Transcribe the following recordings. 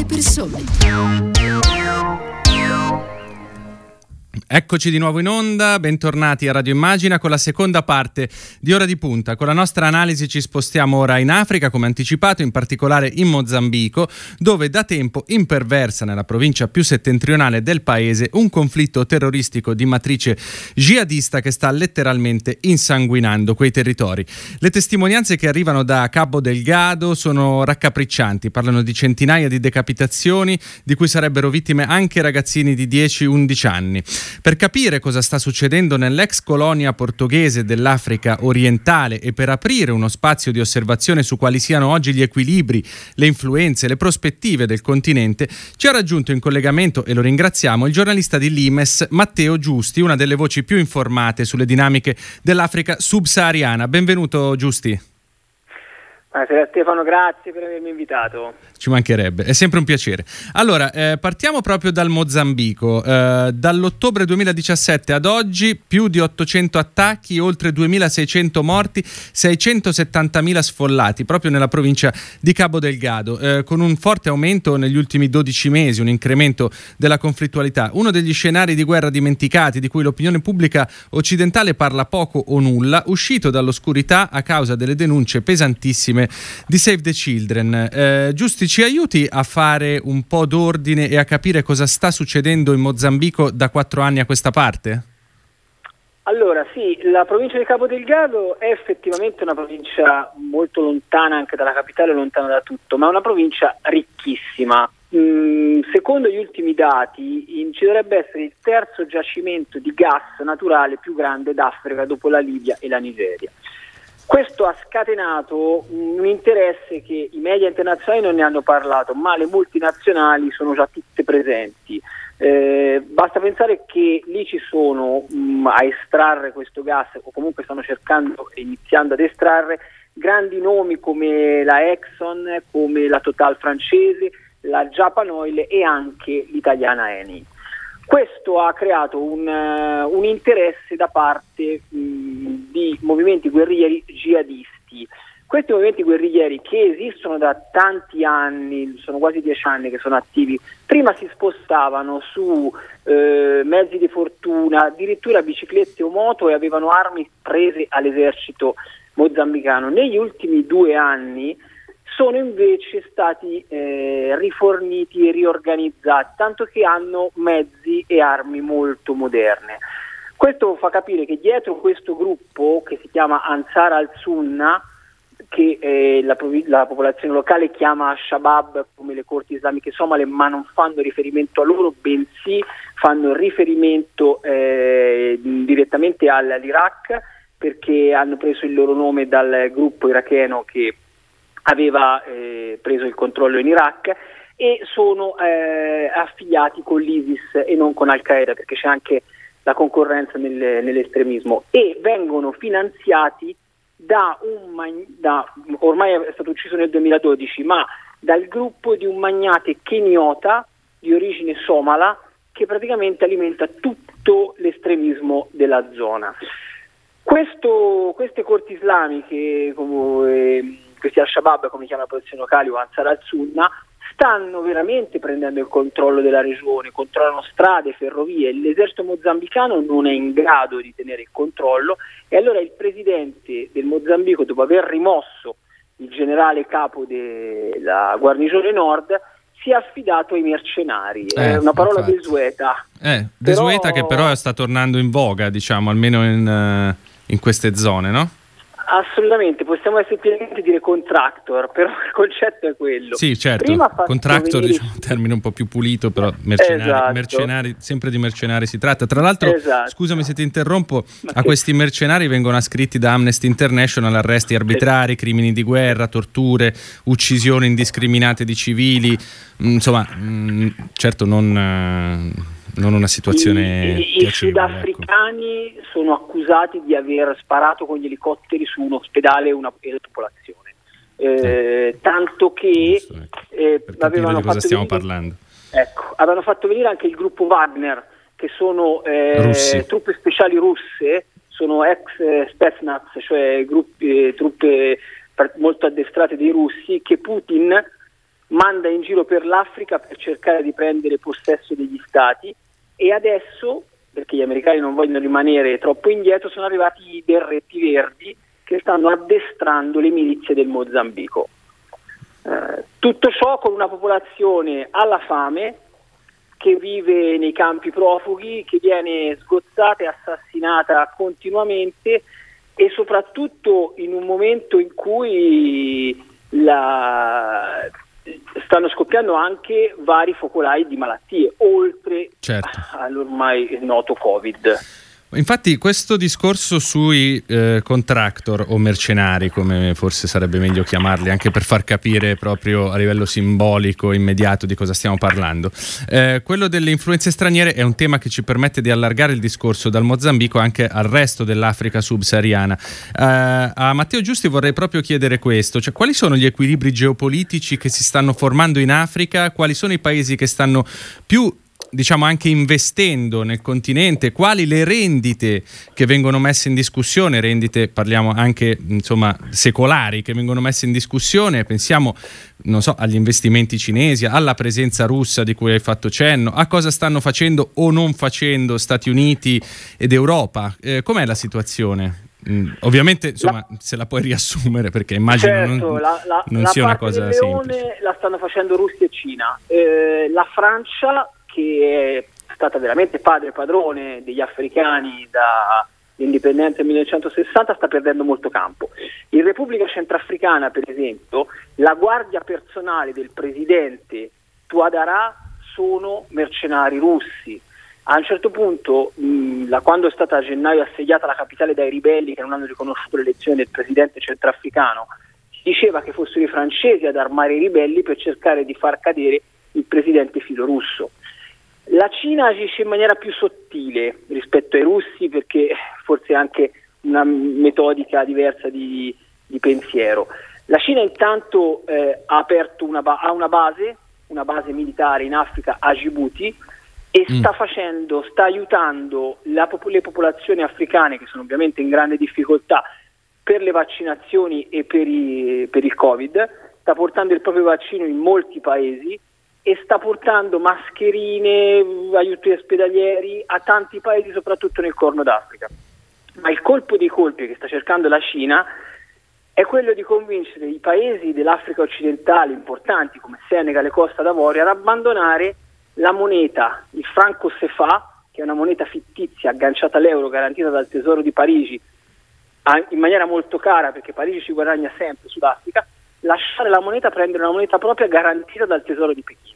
persone. Eccoci di nuovo in onda, bentornati a Radio Immagina con la seconda parte di Ora di Punta. Con la nostra analisi ci spostiamo ora in Africa, come anticipato, in particolare in Mozambico, dove da tempo imperversa nella provincia più settentrionale del paese un conflitto terroristico di matrice jihadista che sta letteralmente insanguinando quei territori. Le testimonianze che arrivano da Cabo Delgado sono raccapriccianti, parlano di centinaia di decapitazioni, di cui sarebbero vittime anche ragazzini di 10-11 anni. Per capire cosa sta succedendo nell'ex colonia portoghese dell'Africa orientale e per aprire uno spazio di osservazione su quali siano oggi gli equilibri, le influenze, le prospettive del continente, ci ha raggiunto in collegamento, e lo ringraziamo, il giornalista di Limes Matteo Giusti, una delle voci più informate sulle dinamiche dell'Africa subsahariana. Benvenuto Giusti. Buonasera Stefano, grazie per avermi invitato. Ci mancherebbe, è sempre un piacere. Allora, partiamo proprio dal Mozambico. Dall'ottobre 2017 ad oggi più di 800 attacchi, oltre 2600 morti, 670.000 sfollati, proprio nella provincia di Cabo Delgado, con un forte aumento negli ultimi 12 mesi, un incremento della conflittualità. Uno degli scenari di guerra dimenticati, di cui l'opinione pubblica occidentale parla poco o nulla, uscito dall'oscurità a causa delle denunce pesantissime di Save the Children. Giusti, ci aiuti a fare un po' d'ordine e a capire cosa sta succedendo in Mozambico da 4 anni a questa parte? Allora sì, la provincia di Cabo Delgado è effettivamente una provincia molto lontana anche dalla capitale, lontana da tutto, ma è una provincia ricchissima. Secondo gli ultimi dati ci dovrebbe essere il terzo giacimento di gas naturale più grande d'Africa dopo la Libia e la Nigeria. Questo ha scatenato un interesse che i media internazionali non ne hanno parlato, ma le multinazionali sono già tutte presenti. Basta pensare che lì ci sono a estrarre questo gas, o comunque stanno cercando e iniziando ad estrarre, grandi nomi come la Exxon, come la Total francese, la Japan Oil e anche l'italiana Eni. Questo ha creato un interesse da parte di movimenti guerriglieri jihadisti. Questi movimenti guerriglieri, che esistono da tanti anni, sono quasi 10 anni che sono attivi, prima si spostavano su mezzi di fortuna, addirittura biciclette o moto, e avevano armi prese all'esercito mozambicano. Negli ultimi 2 anni sono invece stati riforniti e riorganizzati, tanto che hanno mezzi e armi molto moderne. Questo fa capire che dietro questo gruppo, che si chiama Ansar al-Sunna, che la popolazione locale chiama Shabab come le corti islamiche somale, ma non fanno riferimento a loro, bensì fanno riferimento direttamente all'Iraq, perché hanno preso il loro nome dal gruppo iracheno che aveva preso il controllo in Iraq, e sono affiliati con l'ISIS e non con Al-Qaeda, perché c'è anche la concorrenza nell'estremismo, e vengono finanziati ormai è stato ucciso nel 2012, ma dal gruppo di un magnate keniota di origine somala, che praticamente alimenta tutto l'estremismo della zona. Queste corti islamiche, questi al-Shabaab, come chiama la popolazione locale, o Ansar al-Sunna, stanno veramente prendendo il controllo della regione, controllano strade, ferrovie. L'esercito mozambicano non è in grado di tenere il controllo, e allora il presidente del Mozambico, dopo aver rimosso il generale capo della guarnigione nord, si è affidato ai mercenari. È una parola desueta. Desueta, che però sta tornando in voga, diciamo, almeno in queste zone, no? Assolutamente, possiamo effettivamente dire contractor, però il concetto è quello. Sì, certo, contractor diciamo un termine un po' più pulito, però mercenari, sempre di mercenari si tratta. Tra l'altro, scusami se ti interrompo, a questi mercenari vengono ascritti da Amnesty International arresti arbitrari, crimini di guerra, torture, uccisioni indiscriminate di civili, insomma, certo non una situazione I sudafricani sono accusati di aver sparato con gli elicotteri su un ospedale e una popolazione, tanto che avevano fatto stiamo parlando. Ecco, avevano fatto venire anche il gruppo Wagner, che sono truppe speciali russe, sono ex Spetsnaz, cioè truppe molto addestrate dei russi, che Putin manda in giro per l'Africa per cercare di prendere possesso degli stati, e adesso, perché gli americani non vogliono rimanere troppo indietro, sono arrivati i berretti verdi che stanno addestrando le milizie del Mozambico. Tutto ciò con una popolazione alla fame, che vive nei campi profughi, che viene sgozzata e assassinata continuamente, e soprattutto in un momento in cui stanno scoppiando anche vari focolai di malattie, oltre all'ormai noto Covid. Infatti questo discorso sui contractor o mercenari, come forse sarebbe meglio chiamarli, anche per far capire proprio a livello simbolico immediato di cosa stiamo parlando, quello delle influenze straniere è un tema che ci permette di allargare il discorso dal Mozambico anche al resto dell'Africa subsahariana. A Matteo Giusti vorrei proprio chiedere questo, cioè quali sono gli equilibri geopolitici che si stanno formando in Africa, quali sono i paesi che stanno più anche investendo nel continente, quali le rendite che vengono messe in discussione, rendite parliamo anche secolari che vengono messe in discussione, pensiamo agli investimenti cinesi, alla presenza russa di cui hai fatto cenno, a cosa stanno facendo o non facendo Stati Uniti ed Europa. Com'è la situazione? Ovviamente se la puoi riassumere, perché immagino non sia una cosa semplice. La stanno facendo Russia e Cina, la Francia, che è stata veramente padre e padrone degli africani dall'indipendenza del 1960, sta perdendo molto campo. In Repubblica Centrafricana, per esempio, la guardia personale del presidente Touadéra sono mercenari russi. A un certo punto, quando è stata a gennaio assediata la capitale dai ribelli che non hanno riconosciuto l'elezione del presidente centrafricano, si diceva che fossero i francesi ad armare i ribelli per cercare di far cadere il presidente filorusso. La Cina agisce in maniera più sottile rispetto ai russi, perché forse anche una metodica diversa di pensiero. La Cina intanto ha aperto una base militare in Africa a Djibouti, e sta aiutando le popolazioni africane, che sono ovviamente in grande difficoltà per le vaccinazioni e per il Covid, sta portando il proprio vaccino in molti paesi e sta portando mascherine, aiuti ospedalieri a tanti paesi, soprattutto nel Corno d'Africa. Ma il colpo dei colpi che sta cercando la Cina è quello di convincere i paesi dell'Africa occidentale importanti come Senegal e Costa d'Avorio ad abbandonare la moneta, il franco CFA, che è una moneta fittizia agganciata all'euro, garantita dal Tesoro di Parigi in maniera molto cara, perché Parigi ci guadagna sempre Sudafrica, lasciare la moneta, prendere una moneta propria garantita dal Tesoro di Pechino.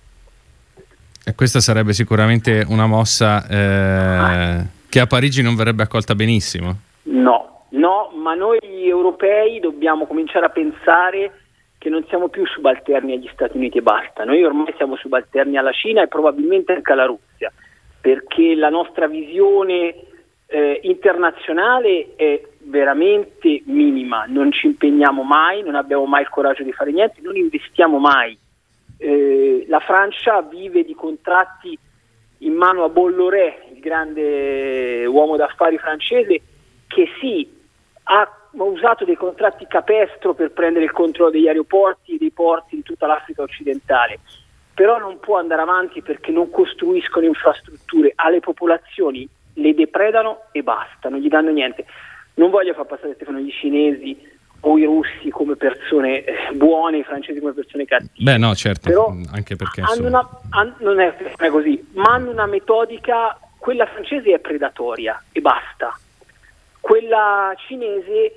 E questa sarebbe sicuramente una mossa che a Parigi non verrebbe accolta benissimo. No, ma noi europei dobbiamo cominciare a pensare che non siamo più subalterni agli Stati Uniti e basta. Noi ormai siamo subalterni alla Cina e probabilmente anche alla Russia, perché la nostra visione internazionale è veramente minima, non ci impegniamo mai, non abbiamo mai il coraggio di fare niente, non investiamo mai. La Francia vive di contratti in mano a Bolloré, il grande uomo d'affari francese, che ha usato dei contratti capestro per prendere il controllo degli aeroporti e dei porti in tutta l'Africa occidentale, però non può andare avanti perché non costruiscono infrastrutture alle popolazioni, le depredano e basta, non gli danno niente. Non voglio far passare, Stefano, gli cinesi o i russi come persone buone, i francesi come persone cattive. Beh no, certo, però anche perché non è così, ma hanno una metodica, quella francese è predatoria e basta. Quella cinese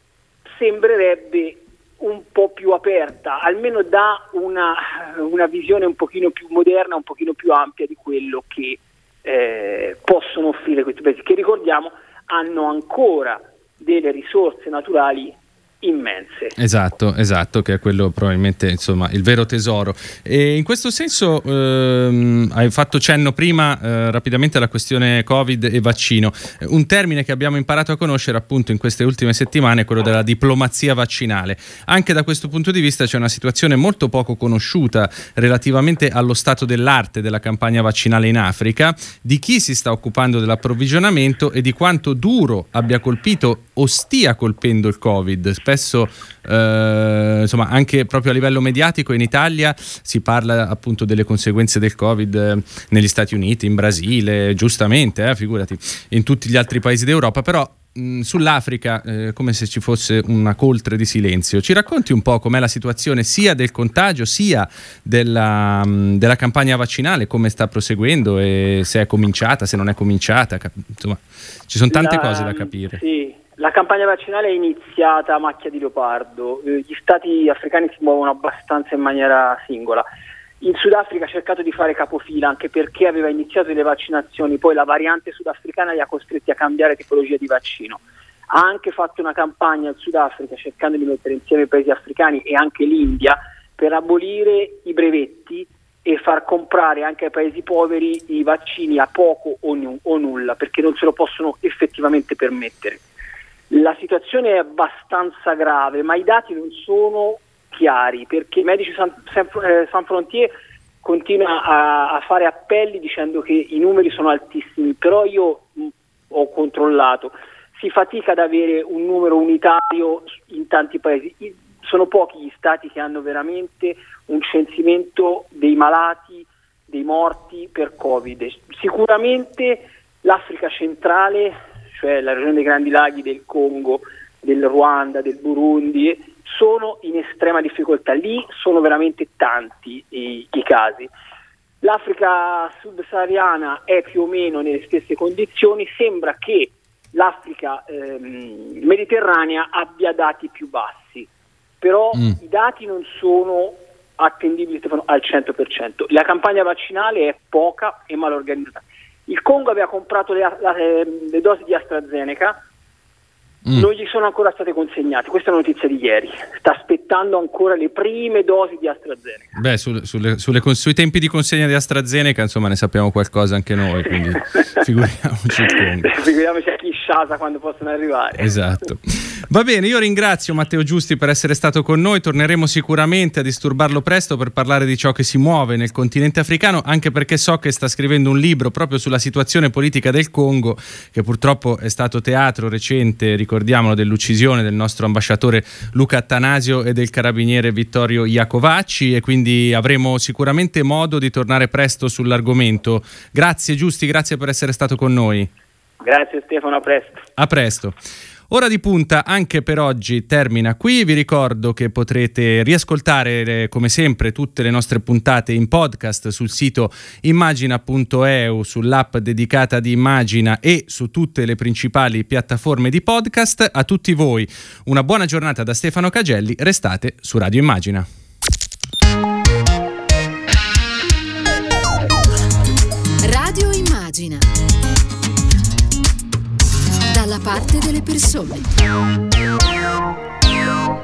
sembrerebbe un po' più aperta, almeno dà una visione un pochino più moderna, un pochino più ampia di quello che possono offrire questi paesi, che ricordiamo hanno ancora delle risorse naturali immense. Esatto, che è quello probabilmente il vero tesoro. E in questo senso hai fatto cenno prima rapidamente alla questione Covid e vaccino. Un termine che abbiamo imparato a conoscere appunto in queste ultime settimane è quello della diplomazia vaccinale. Anche da questo punto di vista c'è una situazione molto poco conosciuta relativamente allo stato dell'arte della campagna vaccinale in Africa, di chi si sta occupando dell'approvvigionamento e di quanto duro abbia colpito o stia colpendo il Covid, spesso insomma anche proprio a livello mediatico in Italia si parla appunto delle conseguenze del Covid negli Stati Uniti, in Brasile, giustamente, figurati, in tutti gli altri paesi d'Europa, però sull'Africa come se ci fosse una coltre di silenzio. Ci racconti un po' com'è la situazione sia del contagio sia della campagna vaccinale, come sta proseguendo e se è cominciata, se non è cominciata, insomma ci sono tante cose da capire. Sì, la campagna vaccinale è iniziata a macchia di leopardo, gli stati africani si muovono abbastanza in maniera singola. In Sudafrica ha cercato di fare capofila anche perché aveva iniziato le vaccinazioni, poi la variante sudafricana li ha costretti a cambiare tipologia di vaccino. Ha anche fatto una campagna il Sudafrica cercando di mettere insieme i paesi africani e anche l'India per abolire i brevetti e far comprare anche ai paesi poveri i vaccini a poco o nulla, perché non se lo possono effettivamente permettere. La situazione è abbastanza grave, ma i dati non sono chiari, perché Medici Sans Frontières continua a fare appelli dicendo che i numeri sono altissimi, però io ho controllato, si fatica ad avere un numero unitario in tanti paesi, sono pochi gli stati che hanno veramente un censimento dei malati, dei morti per Covid. Sicuramente l'Africa centrale, cioè la regione dei Grandi Laghi, del Congo, del Ruanda, del Burundi, sono in estrema difficoltà. Lì sono veramente tanti i casi. L'Africa subsahariana è più o meno nelle stesse condizioni, sembra che l'Africa mediterranea abbia dati più bassi, però i dati non sono attendibili, Stefano, al 100%. La campagna vaccinale è poca e mal organizzata. Il Congo aveva comprato le dosi di AstraZeneca, non gli sono ancora state consegnate, questa è una notizia di ieri, sta aspettando ancora le prime dosi di AstraZeneca. Beh, sui tempi di consegna di AstraZeneca insomma ne sappiamo qualcosa anche noi, quindi figuriamoci il Congo. Figuriamoci a Kinshasa quando possono arrivare. Esatto. Va bene, io ringrazio Matteo Giusti per essere stato con noi, torneremo sicuramente a disturbarlo presto per parlare di ciò che si muove nel continente africano, anche perché so che sta scrivendo un libro proprio sulla situazione politica del Congo, che purtroppo è stato teatro recente, ricordiamolo, dell'uccisione del nostro ambasciatore Luca Attanasio e del carabiniere Vittorio Iacovacci, e quindi avremo sicuramente modo di tornare presto sull'argomento. Grazie Giusti, grazie per essere stato con noi. Grazie Stefano, a presto. A presto. Ora di punta anche per oggi termina qui, vi ricordo che potrete riascoltare come sempre tutte le nostre puntate in podcast sul sito immagina.eu, sull'app dedicata di Immagina e su tutte le principali piattaforme di podcast. A tutti voi una buona giornata da Stefano Cagelli, restate su Radio Immagina. Radio Immagina. Dalla parte delle persone.